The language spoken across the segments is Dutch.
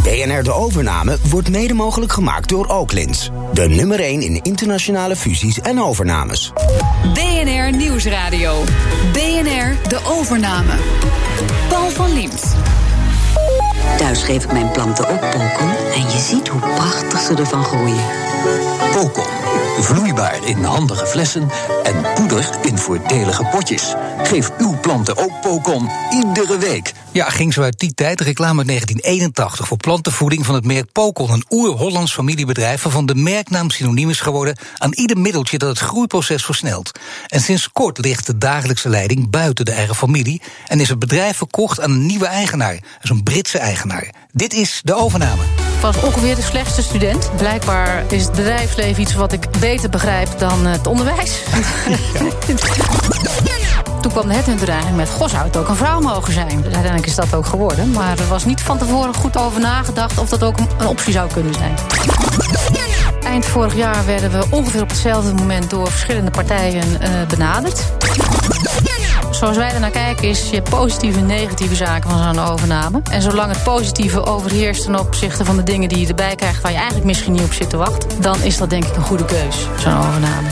BNR De Overname wordt mede mogelijk gemaakt door Oaklins. De nummer 1 in internationale fusies en overnames. BNR Nieuwsradio. BNR De Overname. Paul van Liemt. Thuis geef ik mijn planten ook Pocon en je ziet hoe prachtig ze ervan groeien. Pocon. Vloeibaar in handige flessen en poeder in voordelige potjes. Geef uw planten ook Pocon iedere week. Ja, ging zo uit die tijd. Reclame uit 1981 voor plantenvoeding van het merk Pocon. Een oer-Hollands familiebedrijf waarvan de merknaam synoniem is geworden aan ieder middeltje dat het groeiproces versnelt. En sinds kort ligt de dagelijkse leiding buiten de eigen familie en is het bedrijf verkocht aan een nieuwe eigenaar. Dus een Britse eigenaar. Dit is De Overname. Ik was ongeveer de slechtste student. Blijkbaar is het bedrijfsleven iets wat ik beter begrijp dan het onderwijs. Toen kwam de headhunter eigenlijk met, goh, zou het ook een vrouw mogen zijn? Dus uiteindelijk is dat ook geworden. Maar er was niet van tevoren goed over nagedacht of dat ook een optie zou kunnen zijn. Eind vorig jaar werden we ongeveer op hetzelfde moment door verschillende partijen benaderd. Zoals wij ernaar kijken is je positieve en negatieve zaken van zo'n overname. En zolang het positieve overheerst ten opzichte van de dingen die je erbij krijgt waar je eigenlijk misschien niet op zit te wachten, dan is dat denk ik een goede keus, zo'n overname.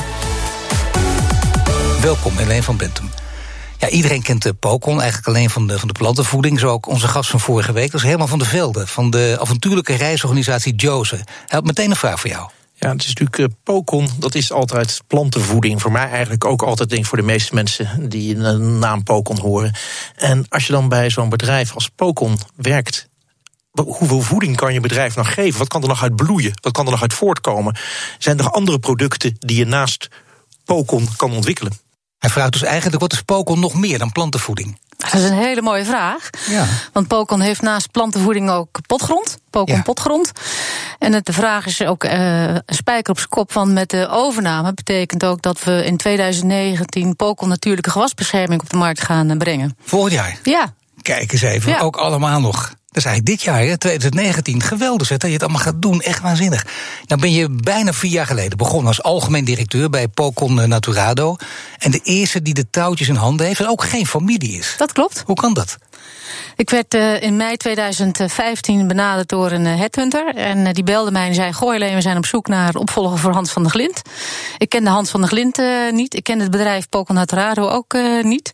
Welkom, Helene van Bentum. Ja, iedereen kent Pocon, eigenlijk alleen van de plantenvoeding. Zo ook onze gast van vorige week, dat is Herman van der Velde van de avontuurlijke reisorganisatie Jose. Hij had meteen een vraag voor jou. Ja, het is natuurlijk Pocon, dat is altijd plantenvoeding. Voor mij eigenlijk ook altijd, denk ik, voor de meeste mensen die de naam Pocon horen. En als je dan bij zo'n bedrijf als Pocon werkt, hoeveel voeding kan je bedrijf nou geven? Wat kan er nog uit bloeien? Wat kan er nog uit voortkomen? Zijn er andere producten die je naast Pocon kan ontwikkelen? Hij vraagt dus eigenlijk, wat is Pocon nog meer dan plantenvoeding? Dat is een hele mooie vraag. Ja. Want Pocon heeft naast plantenvoeding ook potgrond. Pocon potgrond. En de vraag is ook een spijker op zijn kop. Want met de overname betekent ook dat we in 2019 Pocon natuurlijke gewasbescherming op de markt gaan brengen. Volgend jaar? Ja. Kijk eens even, ja. Ook allemaal nog. Dat is eigenlijk dit jaar, hè, 2019. Geweldig, hè, dat je het allemaal gaat doen. Echt waanzinnig. Nou ben je bijna 4 jaar geleden begonnen als algemeen directeur bij Pocon Naturado. En de eerste die de touwtjes in handen heeft en ook geen familie is. Dat klopt. Hoe kan dat? Ik werd in mei 2015 benaderd door een headhunter. En die belde mij en zei, goh Helene, we zijn op zoek naar opvolger voor Hans van der Glint. Ik kende Hans van der Glint niet. Ik kende het bedrijf Pocon Naturado ook niet.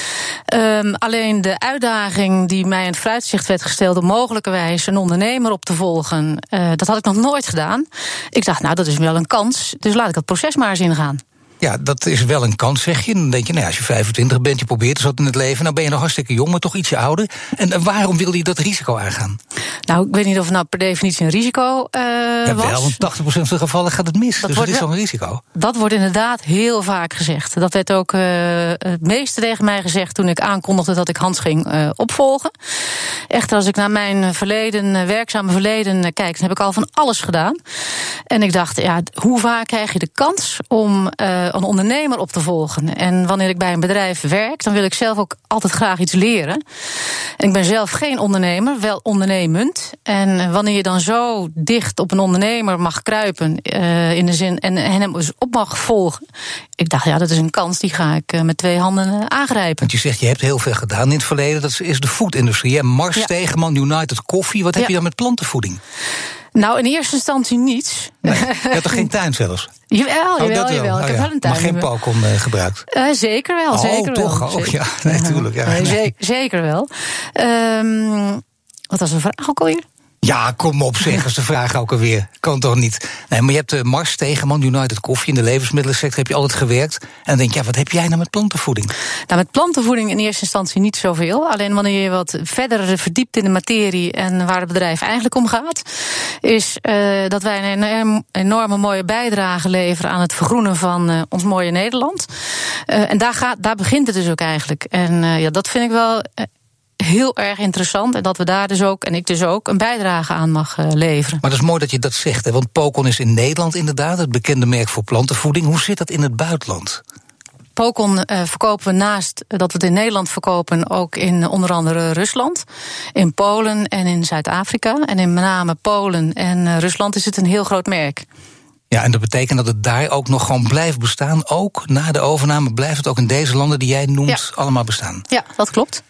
Alleen de uitdaging die mij in het vooruitzicht werd gesteld om mogelijkerwijs een ondernemer op te volgen, dat had ik nog nooit gedaan. Ik dacht, nou, dat is wel een kans, dus laat ik dat proces maar eens ingaan. Ja, dat is wel een kans, zeg je. Dan denk je, nou, als je 25 bent, je probeert eens wat in het leven, nou ben je nog hartstikke jong, maar toch ietsje ouder. En waarom wilde je dat risico aangaan? Nou, ik weet niet of het nou per definitie een risico ja, was. Wel, want 80% van de gevallen gaat het mis. Dus dat is toch een risico? Dat wordt inderdaad heel vaak gezegd. Dat werd ook het meeste tegen mij gezegd toen ik aankondigde dat ik Hans ging opvolgen. Echter, als ik naar mijn werkzame verleden kijk, dan heb ik al van alles gedaan. En ik dacht, ja, hoe vaak krijg je de kans om een ondernemer op te volgen? En wanneer ik bij een bedrijf werk, dan wil ik zelf ook altijd graag iets leren. En ik ben zelf geen ondernemer, wel ondernemend. En wanneer je dan zo dicht op een ondernemer mag kruipen, in de zin, en hem dus op mag volgen, ik dacht, ja, dat is een kans, die ga ik met 2 handen aangrijpen. Want je zegt, je hebt heel veel gedaan in het verleden, dat is de foodindustrie. Mars, Stegeman, United Coffee, wat heb je dan met plantenvoeding? Nou, in eerste instantie niets. Nee, je had toch geen tuin zelfs? Jawel. Ik heb wel een tuin. Maar geen Pocon gebruikt? Zeker wel, zeker toch? wel. Oh, ja, nee, tuurlijk. Ja, nee. Zeker wel. Wat was de vraag ook alweer? Ja, kom op, zeg eens de vraag ook alweer. Kan toch niet? Nee, maar je hebt Mars, Stegeman, United Coffee, in de levensmiddelsector heb je altijd gewerkt. En dan denk je, ja, wat heb jij nou met plantenvoeding? Nou, met plantenvoeding in eerste instantie niet zoveel. Alleen wanneer je wat verder verdiept in de materie en waar het bedrijf eigenlijk om gaat, is dat wij een enorme mooie bijdrage leveren aan het vergroenen van ons mooie Nederland. En daar begint het dus ook eigenlijk. En dat vind ik wel heel erg interessant. En dat we daar dus ook, en ik dus ook, een bijdrage aan mag leveren. Maar dat is mooi dat je dat zegt, hè? Want Pocon is in Nederland inderdaad het bekende merk voor plantenvoeding. Hoe zit dat in het buitenland? Pocon verkopen we naast dat we het in Nederland verkopen ook in onder andere Rusland, in Polen en in Zuid-Afrika. En in met name Polen en Rusland is het een heel groot merk. Ja, en dat betekent dat het daar ook nog gewoon blijft bestaan. Ook na de overname blijft het ook in deze landen die jij noemt allemaal bestaan. Ja, dat klopt.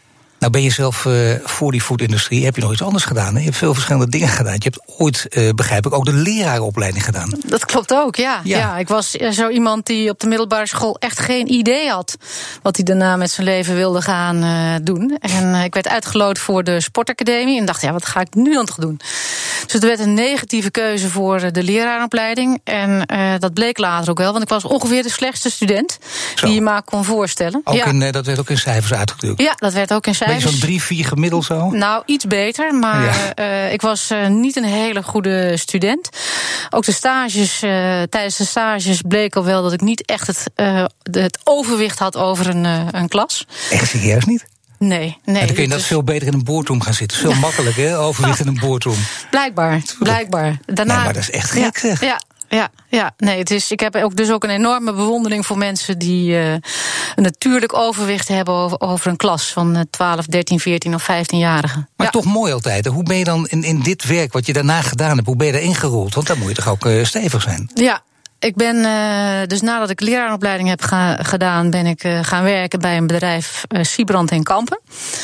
Nou ben je zelf voor die foodindustrie, heb je nog iets anders gedaan. Hè? Je hebt veel verschillende dingen gedaan. Je hebt ooit, begrijp ik, ook de lerarenopleiding gedaan. Dat klopt ook, ja. Ik was zo iemand die op de middelbare school echt geen idee had wat hij daarna met zijn leven wilde gaan doen. En ik werd uitgeloot voor de sportacademie en dacht, wat ga ik nu dan toch doen? Dus het werd een negatieve keuze voor de lerarenopleiding. En dat bleek later ook wel, want ik was ongeveer de slechtste student die je maar kon voorstellen. Dat werd ook in cijfers uitgedrukt? Ja, dat werd ook in cijfers. Ben je zo'n 3-4 gemiddeld zo? Nou, iets beter, maar ik was niet een hele goede student. Ook de stages, tijdens de stages bleek al wel dat ik niet echt het overwicht had over een klas. Echt serieus niet? Nee. En dan kun je dat veel beter in een boardroom gaan zitten. Veel makkelijk, hè? Overwicht in een boardroom. Blijkbaar. Daarna, maar dat is echt gek, zeg. Ja. Nee, ik heb ook een enorme bewondering voor mensen die een natuurlijk overwicht hebben over een klas van 12, 13, 14 of 15-jarigen. Maar toch mooi altijd. Hoe ben je dan in dit werk wat je daarna gedaan hebt, hoe ben je daarin gerold? Want dan moet je toch ook stevig zijn? Ja. Ik ben dus nadat ik leraaropleiding heb gedaan, ben ik gaan werken bij een bedrijf Siebrand en Kampen.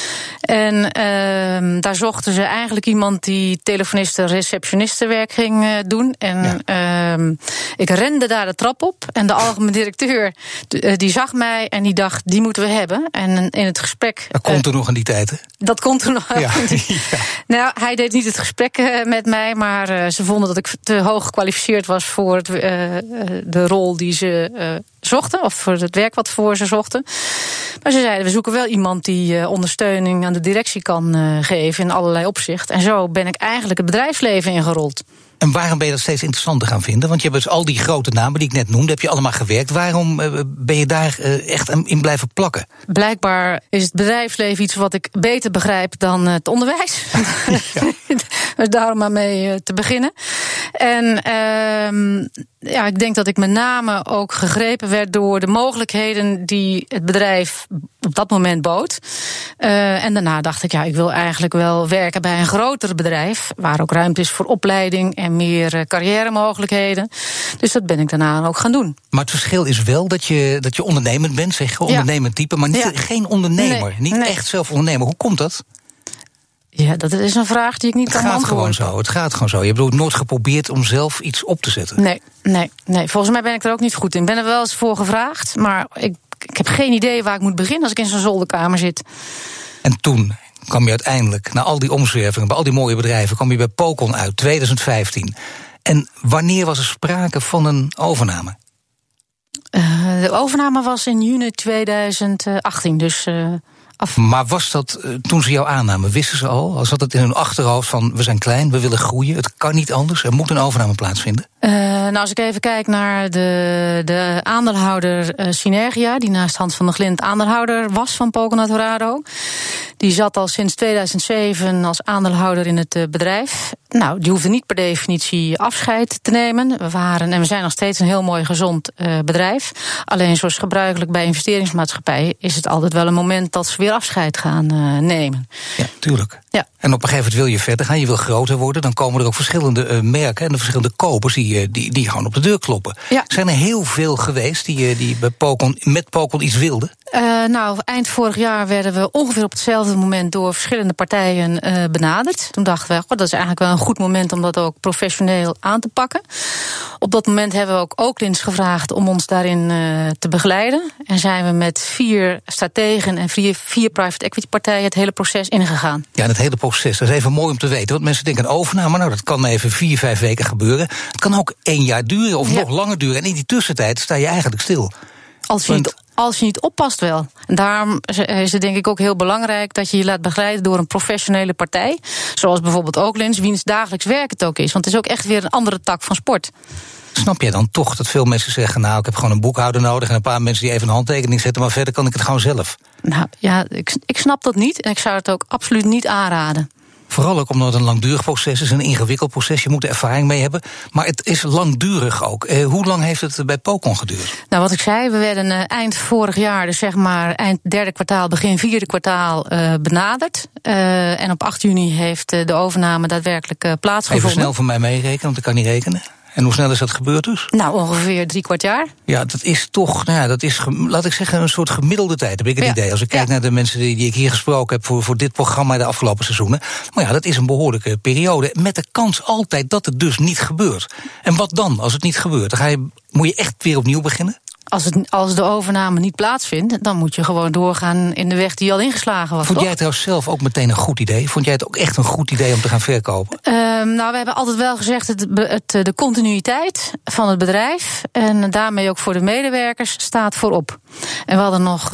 En daar zochten ze eigenlijk iemand die telefonisten-receptionistenwerk ging doen. En ik rende daar de trap op en de algemeen directeur die zag mij en die dacht, die moeten we hebben. En in het gesprek... Dat kon toen nog in die tijd, hè? Dat kon toen nog. Ja. Nou, hij deed niet het gesprek met mij, maar ze vonden dat ik te hoog gekwalificeerd was voor de rol die ze zochten, of voor het werk wat voor ze zochten. Maar ze zeiden, we zoeken wel iemand die ondersteuning aan de directie kan geven in allerlei opzichten. En zo ben ik eigenlijk het bedrijfsleven ingerold. En waarom ben je dat steeds interessanter gaan vinden? Want je hebt dus al die grote namen die ik net noemde, heb je allemaal gewerkt. Waarom ben je daar echt in blijven plakken? Blijkbaar is het bedrijfsleven iets wat ik beter begrijp dan het onderwijs. Dus daarom maar mee te beginnen. En ik denk dat ik met name ook gegrepen werd door de mogelijkheden die het bedrijf op dat moment bood. En daarna dacht ik, ik wil eigenlijk wel werken bij een groter bedrijf, waar ook ruimte is voor opleiding en meer carrière mogelijkheden. Dus dat ben ik daarna ook gaan doen. Maar het verschil is wel dat je ondernemend bent, zeg ondernemend type, maar geen ondernemer. Niet echt zelf ondernemer. Hoe komt dat? Ja, dat is een vraag die ik niet kan beantwoorden. Het gaat gewoon zo. Je hebt nooit geprobeerd om zelf iets op te zetten. Nee. Volgens mij ben ik er ook niet goed in. Ik ben er wel eens voor gevraagd, maar ik heb geen idee waar ik moet beginnen als ik in zo'n zolderkamer zit. En toen kwam je uiteindelijk, na al die omzwervingen, bij al die mooie bedrijven, kwam je bij Pocon uit, 2015. En wanneer was er sprake van een overname? De overname was in juni 2018, dus... Maar was dat, toen ze jou aannamen, wisten ze al? Zat het in hun achterhoofd van, we zijn klein, we willen groeien, het kan niet anders, er moet een overname plaatsvinden? Als ik even kijk naar de aandeelhouder Synergia, die naast Hans van der Glint aandeelhouder was van Pocon Torrado. Die zat al sinds 2007 als aandeelhouder in het bedrijf. Nou, die hoefde niet per definitie afscheid te nemen. We zijn nog steeds een heel mooi gezond bedrijf. Alleen zoals gebruikelijk bij investeringsmaatschappijen is het altijd wel een moment dat ze weer afscheid gaan nemen. Ja, tuurlijk. Ja. En op een gegeven moment wil je verder gaan, je wil groter worden. Dan komen er ook verschillende merken en de verschillende kopers die gewoon op de deur kloppen. Ja. Zijn er heel veel geweest die bij met Pocon iets wilden? Eind vorig jaar werden we ongeveer op hetzelfde moment door verschillende partijen benaderd. Toen dachten we, dat is eigenlijk wel een goed moment om dat ook professioneel aan te pakken. Op dat moment hebben we ook Oaklins gevraagd om ons daarin te begeleiden. En zijn we met 4 strategen en 4 private equity partijen het hele proces ingegaan. Ja, en het hele proces, dat is even mooi om te weten. Want mensen denken, overname, dat kan even 4-5 weken gebeuren. Het kan ook 1 jaar duren of nog langer duren. En in die tussentijd sta je eigenlijk stil. Als je niet oppast wel. En daarom is het denk ik ook heel belangrijk dat je je laat begeleiden door een professionele partij. Zoals bijvoorbeeld Oaklins, wiens dagelijks werk het ook is. Want het is ook echt weer een andere tak van sport. Snap jij dan toch dat veel mensen zeggen, ik heb gewoon een boekhouder nodig en een paar mensen die even een handtekening zetten, maar verder kan ik het gewoon zelf? Nou ja, ik snap dat niet en ik zou het ook absoluut niet aanraden. Vooral ook omdat het een langdurig proces is, een ingewikkeld proces. Je moet er ervaring mee hebben. Maar het is langdurig ook. Hoe lang heeft het bij Pocon geduurd? Nou, wat ik zei, we werden eind vorig jaar, dus zeg maar eind 3e kwartaal, begin 4e kwartaal benaderd. En op 8 juni heeft de overname daadwerkelijk plaatsgevonden. Even snel voor mij meerekenen, want ik kan niet rekenen. En hoe snel is dat gebeurd dus? Nou, ongeveer 3/4 jaar. Ja, dat is toch, laat ik zeggen, een soort gemiddelde tijd, heb ik het idee. Als ik kijk naar de mensen die ik hier gesproken heb voor dit programma de afgelopen seizoenen. Maar ja, dat is een behoorlijke periode. Met de kans altijd dat het dus niet gebeurt. En wat dan, als het niet gebeurt? Dan moet je echt weer opnieuw beginnen? Als de overname niet plaatsvindt, dan moet je gewoon doorgaan in de weg die al ingeslagen was. Vond jij trouwens zelf ook meteen een goed idee? Vond jij het ook echt een goed idee om te gaan verkopen? Nou, we hebben altijd wel gezegd de continuïteit van het bedrijf en daarmee ook voor de medewerkers staat voorop. En we hadden nog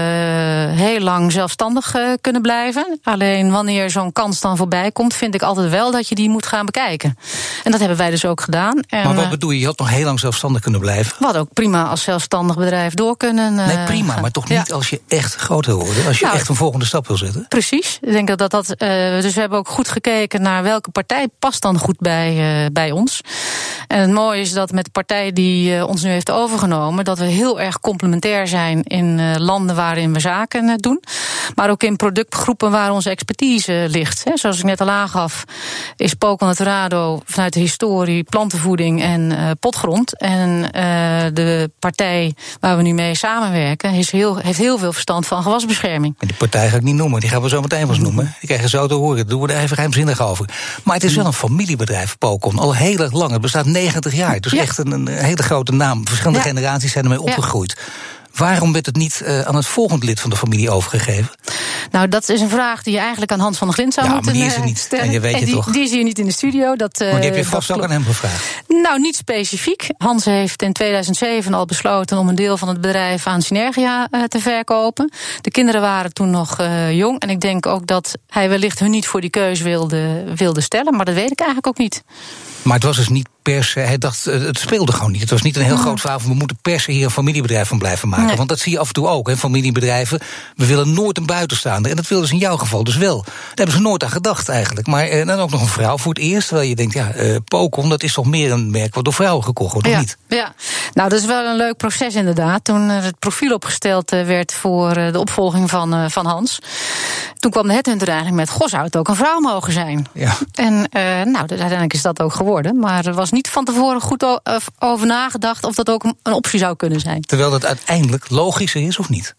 heel lang zelfstandig kunnen blijven. Alleen wanneer zo'n kans dan voorbij komt, vind ik altijd wel dat je die moet gaan bekijken. En dat hebben wij dus ook gedaan. En, maar wat bedoel je? Je had nog heel lang zelfstandig kunnen blijven? We hadden ook prima als zelfstandig bedrijf door kunnen. Nee, prima, maar toch niet als je echt groot wil worden. Als je echt een volgende stap wil zetten. Precies. Ik denk dus we hebben ook goed gekeken naar welke partij past dan goed bij ons. En het mooie is dat met de partij die ons nu heeft overgenomen, dat we heel erg complementair zijn in landen waarin we zaken doen. Maar ook in productgroepen waar onze expertise ligt. Zoals ik net al aangaf, is Pocon Naturado vanuit de historie plantenvoeding en potgrond. En de partij waar we nu mee samenwerken heeft heel veel verstand van gewasbescherming. En die partij ga ik niet noemen, die gaan we zo meteen wel eens noemen. Die krijgen zo te horen, daar doen we er even geheimzinnig over. Maar het is wel een familiebedrijf, Pocon, al heel erg lang. Het bestaat 90 jaar, dus echt een hele grote naam. Verschillende generaties zijn ermee opgegroeid. Waarom werd het niet aan het volgende lid van de familie overgegeven? Nou, dat is een vraag die je eigenlijk aan Hans van der Glint zou moeten stellen. Ja, maar die is er niet. En je weet je toch. Die is hier niet in de studio. Maar die heb je vast ook aan hem gevraagd? Nou, niet specifiek. Hans heeft in 2007 al besloten om een deel van het bedrijf aan Synergia te verkopen. De kinderen waren toen nog jong. En ik denk ook dat hij wellicht hun niet voor die keus wilde stellen. Maar dat weet ik eigenlijk ook niet. Maar het was dus niet per se, hij dacht, het speelde gewoon niet. Het was niet een heel groot verhaal van we moeten per se hier een familiebedrijf van blijven maken. Nee. Want dat zie je af en toe ook, hè, familiebedrijven. We willen nooit een buitenstaander. En dat wilden ze in jouw geval dus wel. Daar hebben ze nooit aan gedacht eigenlijk. Maar dan ook nog een vrouw voor het eerst. Terwijl je denkt, Pocon, dat is toch meer een merk wat door vrouwen gekocht wordt, of niet? Ja, nou dat is wel een leuk proces inderdaad. Toen het profiel opgesteld werd voor de opvolging van Hans. Toen kwam de headhunter eigenlijk met, zou het ook een vrouw mogen zijn? Ja. En uiteindelijk is dat ook geworden. Maar er was niet van tevoren goed over nagedacht of dat ook een optie zou kunnen zijn. Terwijl dat uiteindelijk logischer is, of niet?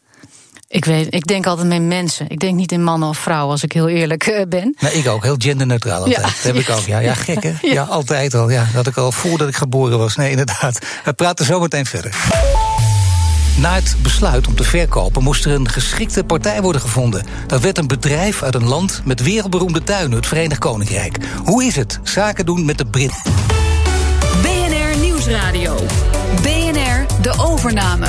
Ik denk altijd met mensen. Ik denk niet in mannen of vrouwen, als ik heel eerlijk ben. Nee, ik ook. Heel genderneutraal altijd. Ja. Dat heb ik ook. Ja, gek hè? Ja, altijd al. Ja, dat had ik al voordat ik geboren was. Nee, inderdaad. We praten zo meteen verder. Na het besluit om te verkopen moest er een geschikte partij worden gevonden. Dat werd een bedrijf uit een land met wereldberoemde tuinen, het Verenigd Koninkrijk. Hoe is het? Zaken doen met de Brit. BNR Nieuwsradio. BNR De Overname.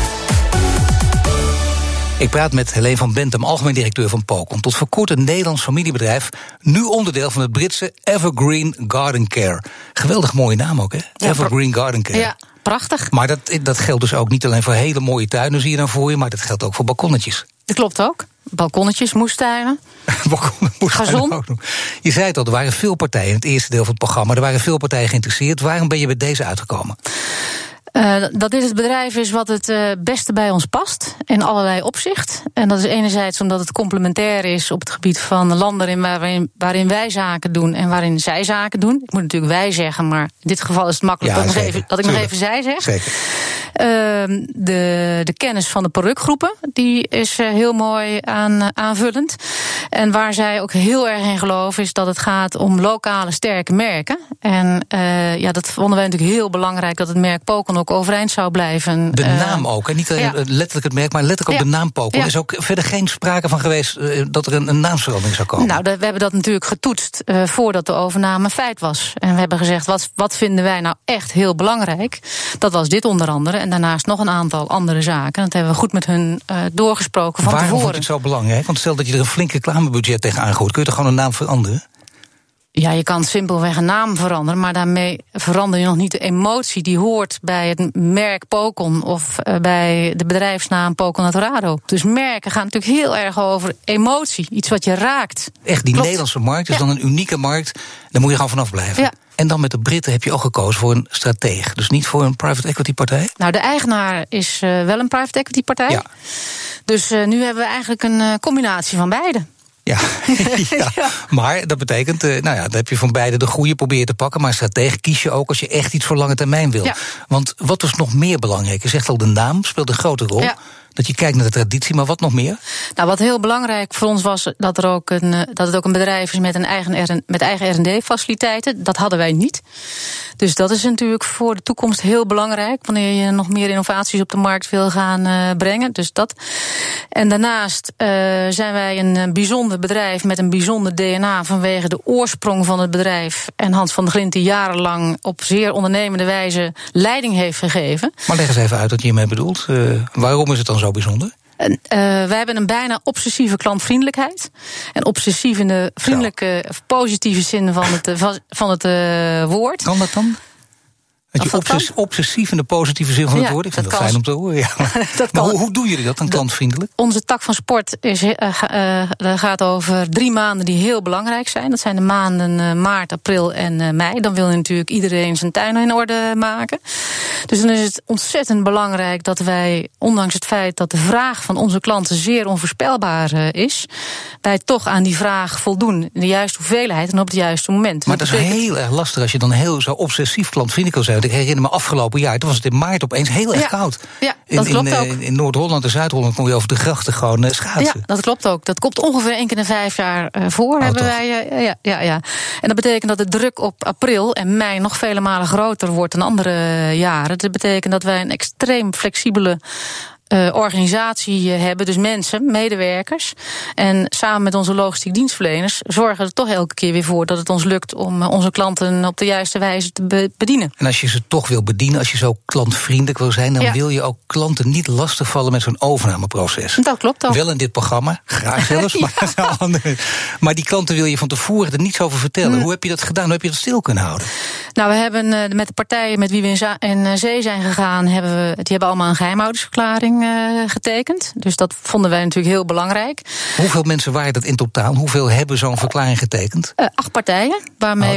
Ik praat met Helene van Bentum, algemeen directeur van Pocon. Tot voor kort een Nederlands familiebedrijf. Nu onderdeel van het Britse Evergreen Garden Care. Geweldig mooie naam ook, hè? Ja, Evergreen Garden Care. Ja, prachtig. Maar dat geldt dus ook niet alleen voor hele mooie tuinen, zie je dan voor je, maar dat geldt ook voor balkonnetjes. Dat klopt ook. Balkonnetjes, moestuinen. Gazon. Ook nog. Je zei het al, er waren veel partijen in het eerste deel van het programma. Er waren veel partijen geïnteresseerd. Waarom ben je bij deze uitgekomen? Dat dit het bedrijf is wat het beste bij ons past, in allerlei opzicht. En dat is enerzijds omdat het complementair is op het gebied van landen waarin wij zaken doen en waarin zij zaken doen. Ik moet natuurlijk wij zeggen, maar in dit geval is het makkelijk dat ik nog even zij zeg. Zeker. De kennis van de productgroepen, die is heel mooi aanvullend. En waar zij ook heel erg in geloven is dat het gaat om lokale sterke merken. En dat vonden wij natuurlijk heel belangrijk, dat het merk Pocon ook overeind zou blijven. De naam ook, en niet alleen letterlijk het merk, maar letterlijk ook de naam Pocon. Er is ook verder geen sprake van geweest dat er een naamsverandering zou komen. Nou, we hebben dat natuurlijk getoetst voordat de overname feit was. En we hebben gezegd, wat vinden wij nou echt heel belangrijk? Dat was dit onder andere. En daarnaast nog een aantal andere zaken. Dat hebben we goed met hun doorgesproken van tevoren. Waarom vond je het zo belangrijk? Want stel dat je er een flink reclamebudget tegenaan gooit, kun je toch gewoon een naam veranderen? Ja, je kan simpelweg een naam veranderen, maar daarmee verander je nog niet de emotie die hoort bij het merk Pocon of bij de bedrijfsnaam Pocon Naturado. Dus merken gaan natuurlijk heel erg over emotie, iets wat je raakt. Echt, die Nederlandse markt is dan een unieke markt, daar moet je gewoon vanaf blijven. Ja. En dan met de Britten heb je ook gekozen voor een strateeg, dus niet voor een private equity partij? Nou, de eigenaar is wel een private equity partij. Ja. Dus nu hebben we eigenlijk een combinatie van beide. Ja. Ja. Maar dat betekent, dan heb je van beide de goede proberen te pakken, maar strategen kies je ook als je echt iets voor lange termijn wil. Ja. Want wat is nog meer belangrijk? Je zegt al, de naam speelt een grote rol. Ja. Dat je kijkt naar de traditie, maar wat nog meer? Nou, wat heel belangrijk voor ons was, dat het ook een bedrijf is met eigen R&D-faciliteiten. Dat hadden wij niet. Dus dat is natuurlijk voor de toekomst heel belangrijk, wanneer je nog meer innovaties op de markt wil gaan brengen. Dus dat. En daarnaast zijn wij een bijzonder bedrijf met een bijzonder DNA vanwege de oorsprong van het bedrijf. En Hans van der Glind die jarenlang op zeer ondernemende wijze leiding heeft gegeven. Maar leg eens even uit wat je hiermee bedoelt. Waarom is het dan zo bijzonder? Wij hebben een bijna obsessieve klantvriendelijkheid. En obsessief in de vriendelijke, positieve zin van het woord. Kan dat dan? Dat je obsessief in de positieve zin van het woord. Ik vind het fijn om te horen. Ja. Maar hoe doen jullie dat dan klantvriendelijk? Onze tak van sport gaat over 3 maanden die heel belangrijk zijn. Dat zijn de maanden maart, april en mei. Dan wil natuurlijk iedereen zijn tuin in orde maken. Dus dan is het ontzettend belangrijk dat wij, ondanks het feit dat de vraag van onze klanten zeer onvoorspelbaar is, wij toch aan die vraag voldoen. In de juiste hoeveelheid en op het juiste moment. Maar dat is heel erg lastig als je dan heel zo obsessief klantvriendelijk wil zijn. Ik herinner me afgelopen jaar, toen was het in maart opeens heel erg koud. Ja, dat klopt ook. In Noord-Holland en Zuid-Holland kon je over de grachten gewoon schaatsen. Ja, dat klopt ook. Dat komt ongeveer 1 keer in 5 jaar voor. Hebben wij. Ja. En dat betekent dat de druk op april en mei nog vele malen groter wordt dan andere jaren. Dat betekent dat wij een extreem flexibele organisatie hebben, dus mensen, medewerkers. En samen met onze logistiek dienstverleners zorgen we er toch elke keer weer voor dat het ons lukt om onze klanten op de juiste wijze te bedienen. En als je ze toch wil bedienen, als je zo klantvriendelijk wil zijn, dan wil je ook klanten niet lastigvallen met zo'n overnameproces. Dat klopt ook. Wel in dit programma, graag zelfs. Maar die klanten wil je van tevoren er niets over vertellen. Hoe heb je dat gedaan? Hoe heb je dat stil kunnen houden? Nou, we hebben met de partijen met wie we in zee zijn gegaan, die hebben allemaal een geheimhoudingsverklaring getekend. Dus dat vonden wij natuurlijk heel belangrijk. Hoeveel mensen waren dat in totaal? Hoeveel hebben zo'n verklaring getekend? 8 partijen. Waarmee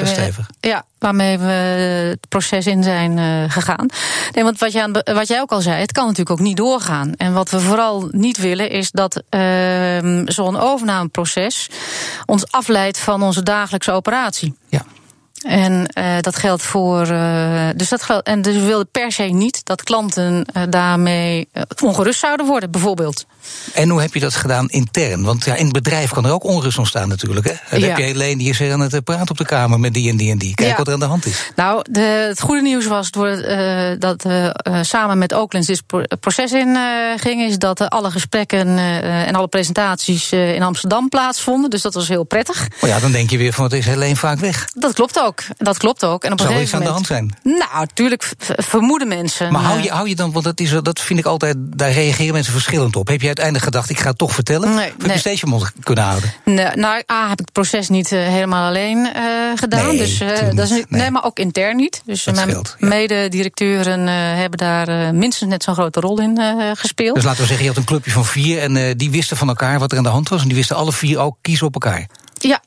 we het proces in zijn gegaan. Nee, want wat jij ook al zei, het kan natuurlijk ook niet doorgaan. En wat we vooral niet willen is dat zo'n overnameproces ons afleidt van onze dagelijkse operatie. Ja. En dat geldt voor. Dus we wilden per se niet dat klanten daarmee ongerust zouden worden, bijvoorbeeld. En hoe heb je dat gedaan intern? Want in het bedrijf kan er ook onrust ontstaan natuurlijk. Hè? Dan heb je Helene die is aan het praten op de kamer met die en die en die. Kijk wat er aan de hand is. Nou, het goede nieuws was dat we samen met Oaklands dit proces in gingen, is dat alle gesprekken en alle presentaties in Amsterdam plaatsvonden. Dus dat was heel prettig. Oh ja, dan denk je weer van, wat is Helene vaak weg? Dat klopt ook. En op zou er iets aan de hand zijn? Nou, natuurlijk vermoeden mensen. Maar hou je dan, want dat vind ik altijd, daar reageren mensen verschillend op. Heb je uiteindelijk gedacht, ik ga het toch vertellen? Heb je steeds je mond kunnen houden? Nee, nou, heb ik het proces niet helemaal alleen gedaan. Nee, dus, dat is niet, nee, maar ook intern niet. Dus mijn mededirecteuren hebben daar minstens net zo'n grote rol in gespeeld. Dus laten we zeggen, je had een clubje van 4 en die wisten van elkaar wat er aan de hand was. En die wisten alle 4 ook kiezen op elkaar. Ja.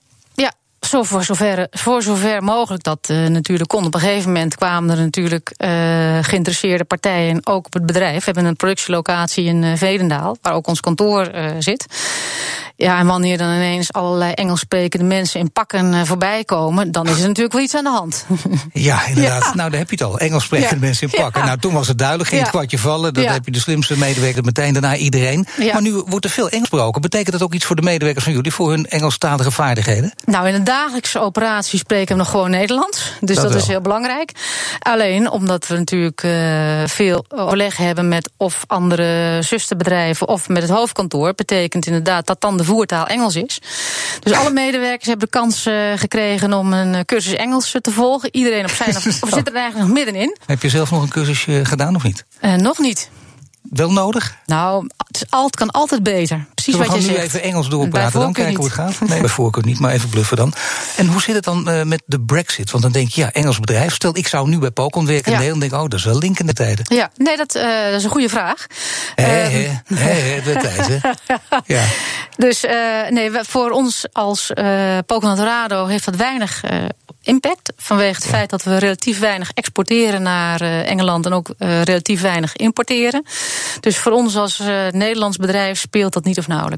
Voor zover mogelijk dat natuurlijk kon. Op een gegeven moment kwamen er natuurlijk geïnteresseerde partijen ook op het bedrijf. We hebben een productielocatie in Veenendaal, waar ook ons kantoor zit. Ja, en wanneer dan ineens allerlei Engels sprekende mensen in pakken voorbij komen, dan is er natuurlijk wel iets aan de hand. Ja, inderdaad. Ja. Nou, daar heb je het al. Engels sprekende mensen in pakken. Ja. Nou, toen was het duidelijk, ging het kwartje vallen. Dan heb je de slimste medewerker meteen, daarna iedereen. Ja. Maar nu wordt er veel Engels gesproken. Betekent dat ook iets voor de medewerkers van jullie, voor hun Engelstalige vaardigheden? Nou, in de dagelijkse operatie spreken we nog gewoon Nederlands. Dus dat is heel belangrijk. Alleen omdat we natuurlijk veel overleg hebben met of andere zusterbedrijven of met het hoofdkantoor, betekent inderdaad dat dan de voertaal Engels is. Dus alle medewerkers hebben de kans gekregen om een cursus Engels te volgen. Iedereen op zijn of zit er eigenlijk nog middenin. Heb je zelf nog een cursusje gedaan of niet? Nog niet. Wel nodig? Nou, het kan altijd beter. Precies wat je zegt. We gaan nu even Engels doorpraten, dan kijken hoe het gaat. Nee, bij voorkeur niet, maar even bluffen dan. En hoe zit het dan met de Brexit? Want dan denk je, Engels bedrijf. Stel, ik zou nu bij Pocon werken en dan denk ik, dat is wel link in de tijden. Ja, nee, dat is een goede vraag. De tijd, hè? Ja. Dus voor ons als Pocon Dorado heeft dat weinig impact. Vanwege het feit dat we relatief weinig exporteren naar Engeland en ook relatief weinig importeren. Dus voor ons als Nederlands bedrijf speelt dat niet of nauwelijks.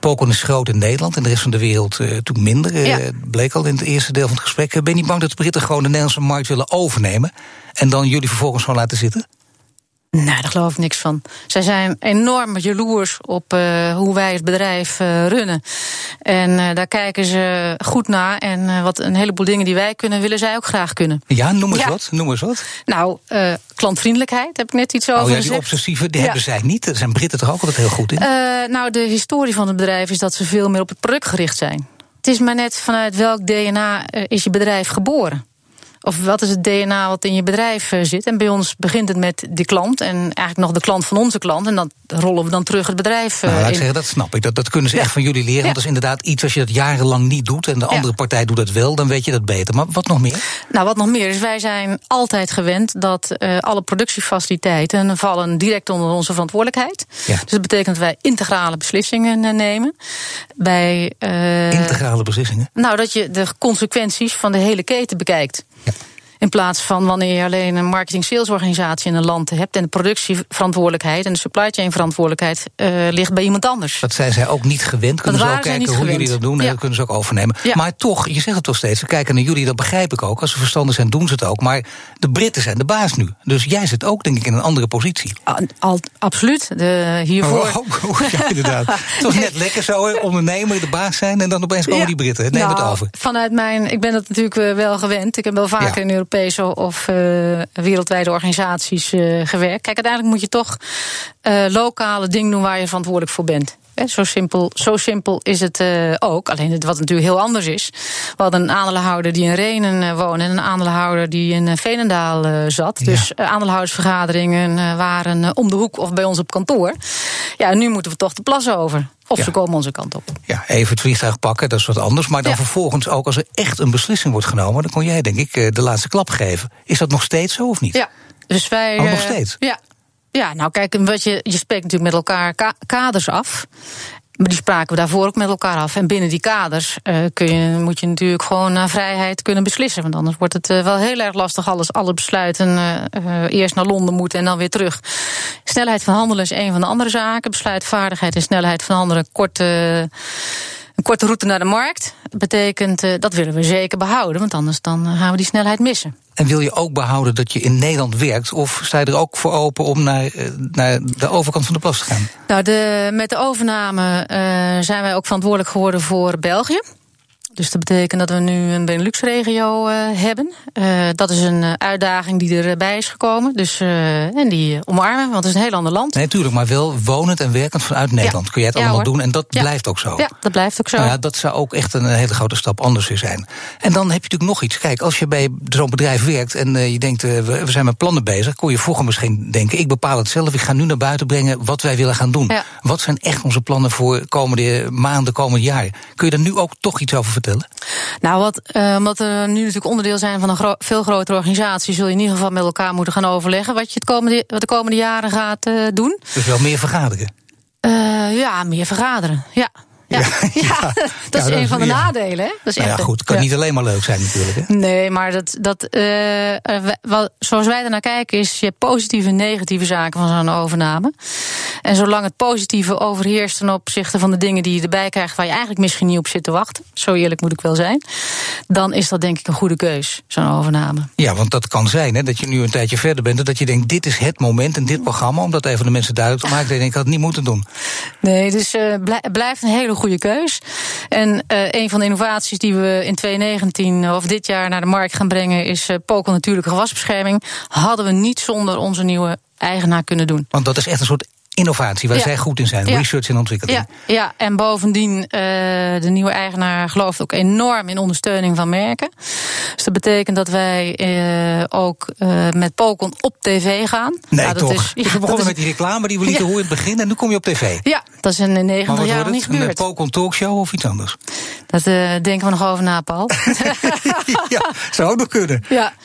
Pocon is groot in Nederland en de rest van de wereld natuurlijk minder. Bleek al in het eerste deel van het gesprek. Ben je niet bang dat de Britten gewoon de Nederlandse markt willen overnemen en dan jullie vervolgens gewoon laten zitten? Nee, daar geloof ik niks van. Zij zijn enorm jaloers op hoe wij het bedrijf runnen. En daar kijken ze goed naar. En wat een heleboel dingen die wij kunnen, willen zij ook graag kunnen. Ja, noem eens wat. Nou, klantvriendelijkheid, heb ik net iets over gezegd. Die obsessieve, die hebben zij niet. Daar zijn Britten toch ook altijd heel goed in? Nou, de historie van het bedrijf is dat ze veel meer op het product gericht zijn. Het is maar net vanuit welk DNA is je bedrijf geboren. Of wat is het DNA wat in je bedrijf zit. En bij ons begint het met de klant. En eigenlijk nog de klant van onze klant. En dan rollen we dan terug het bedrijf in. Laat ik zeggen, dat snap ik. Dat kunnen ze echt van jullie leren. Want dat is inderdaad iets als je dat jarenlang niet doet. En de andere partij doet dat wel, dan weet je dat beter. Maar wat nog meer? Nou, wat nog meer is, wij zijn altijd gewend dat alle productiefaciliteiten vallen direct onder onze verantwoordelijkheid. Ja. Dus dat betekent dat wij integrale beslissingen nemen. Integrale beslissingen? Nou, dat je de consequenties van de hele keten bekijkt. Ja. In plaats van wanneer je alleen een marketing-salesorganisatie in een land hebt en de productieverantwoordelijkheid en de supply chain verantwoordelijkheid ligt bij iemand anders. Dat zijn zij ook niet gewend. Kunnen ze ook kijken hoe jullie dat doen en dat kunnen ze ook overnemen. Ja. Maar toch, je zegt het toch steeds, ze kijken naar jullie, dat begrijp ik ook. Als ze verstandig zijn, doen ze het ook. Maar de Britten zijn de baas nu. Dus jij zit ook, denk ik, in een andere positie. Absoluut. Hiervoor. Ja, inderdaad. Het was net lekker zo, ondernemer, de baas zijn en dan opeens komen die Britten. Neem het over. Ik ben dat natuurlijk wel gewend. Ik heb wel vaker in Europese of wereldwijde organisaties gewerkt. Kijk, uiteindelijk moet je toch lokale dingen doen waar je verantwoordelijk voor bent. Zo simpel is het ook. Alleen wat natuurlijk heel anders is. We hadden een aandeelhouder die in Rhenen woonde en een aandeelhouder die in Veenendaal zat. Ja. Dus aandeelhoudersvergaderingen waren om de hoek of bij ons op kantoor. Ja, nu moeten we toch de plas over. Of ze komen onze kant op. Ja, even het vliegtuig pakken, dat is wat anders. Maar dan vervolgens ook, als er echt een beslissing wordt genomen, dan kon jij, denk ik, de laatste klap geven. Is dat nog steeds zo of niet? Ja, dus wij. Nog steeds? Ja, nou kijk, je spreekt natuurlijk met elkaar kaders af. Maar die spraken we daarvoor ook met elkaar af. En binnen die kaders moet je natuurlijk gewoon naar vrijheid kunnen beslissen. Want anders wordt het wel heel erg lastig. Alle besluiten eerst naar Londen moeten en dan weer terug. Snelheid van handelen is een van de andere zaken. Besluitvaardigheid en snelheid van handelen. Een korte route naar de markt. Dat betekent, dat willen we zeker behouden. Want anders dan gaan we die snelheid missen. En wil je ook behouden dat je in Nederland werkt? Of sta je er ook voor open om naar de overkant van de plas te gaan? Nou, met de overname zijn wij ook verantwoordelijk geworden voor België. Dus dat betekent dat we nu een Benelux-regio hebben. Dat is een uitdaging die erbij is gekomen. Dus, en die omarmen, want het is een heel ander land. Nee, natuurlijk, maar wel wonend en werkend vanuit Nederland. Kun jij het allemaal doen en dat blijft ook zo. Ja, dat blijft ook zo. Nou ja, dat zou ook echt een hele grote stap anders weer zijn. En dan heb je natuurlijk nog iets. Kijk, als je bij zo'n bedrijf werkt en je denkt, we zijn met plannen bezig, kon je vroeger misschien denken, ik bepaal het zelf, ik ga nu naar buiten brengen wat wij willen gaan doen. Ja. Wat zijn echt onze plannen voor komende maanden, komend jaar? Kun je daar nu ook toch iets over vertellen? Nou, omdat we nu natuurlijk onderdeel zijn van een veel grotere organisatie, zul je in ieder geval met elkaar moeten gaan overleggen wat je de komende jaren gaat doen. Dus wel meer vergaderen? Ja, meer vergaderen, ja. Dat is een van de nadelen. Hè? Dat is echt goed, het kan niet alleen maar leuk zijn natuurlijk. Hè? Nee, maar zoals wij ernaar kijken is, je hebt positieve en negatieve zaken van zo'n overname. En zolang het positieve overheerst ten opzichte van de dingen die je erbij krijgt waar je eigenlijk misschien niet op zit te wachten, zo eerlijk moet ik wel zijn, dan is dat denk ik een goede keus, zo'n overname. Ja, want dat kan zijn, hè, dat je nu een tijdje verder bent en dat je denkt, dit is het moment en dit programma, om dat even de mensen duidelijk te maken, denk ik had het niet moeten doen. Nee, dus blijft een hele goede keus. En een van de innovaties die we in 2019 of dit jaar naar de markt gaan brengen is Pocon natuurlijke gewasbescherming. Hadden we niet zonder onze nieuwe eigenaar kunnen doen. Want dat is echt een soort innovatie waar zij goed in zijn, research en ontwikkeling. Ja, en bovendien, de nieuwe eigenaar gelooft ook enorm in ondersteuning van merken. Dus dat betekent dat wij ook met Pocon op tv gaan. Nee, nou, toch? We begonnen met die reclame die we lieten horen in het begin en nu kom je op tv. Ja, dat is in 90 jaar nog niet gebeurd. Een Pocon talkshow of iets anders? Dat denken we nog over na, Paul. Ja, zou ook nog kunnen. Ja.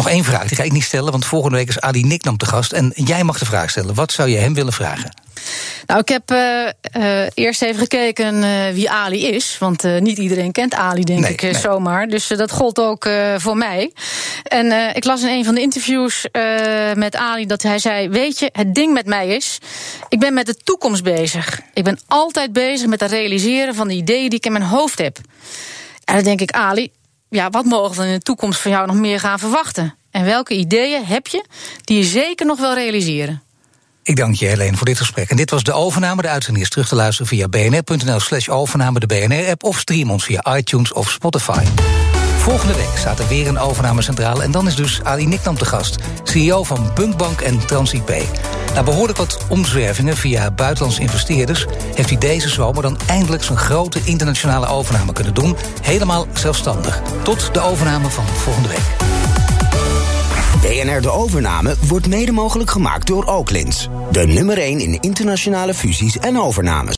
Nog 1 vraag, die ga ik niet stellen, want volgende week is Ali Niknam te gast. En jij mag de vraag stellen. Wat zou je hem willen vragen? Nou, ik heb eerst even gekeken wie Ali is. Want niet iedereen kent Ali, denk ik, zomaar. Dus dat gold ook voor mij. En ik las in een van de interviews met Ali dat hij zei... weet je, het ding met mij is... ik ben met de toekomst bezig. Ik ben altijd bezig met het realiseren van de ideeën die ik in mijn hoofd heb. En dan denk ik, Ali, ja, wat mogen we in de toekomst van jou nog meer gaan verwachten? En welke ideeën heb je die je zeker nog wil realiseren? Ik dank je, Helene, voor dit gesprek. En dit was De Overname. De uitzending is terug te luisteren via bnr.nl/overname, de BNR-app... of stream ons via iTunes of Spotify. Volgende week staat er weer een overname centraal... en dan is dus Ali Niknam te gast, CEO van Bunkbank en TransIP. Na behoorlijk wat omzwervingen via buitenlandse investeerders... heeft hij deze zomer dan eindelijk zijn grote internationale overname kunnen doen... helemaal zelfstandig. Tot de overname van volgende week. BNR De Overname wordt mede mogelijk gemaakt door Oaklins. De nummer 1 in internationale fusies en overnames.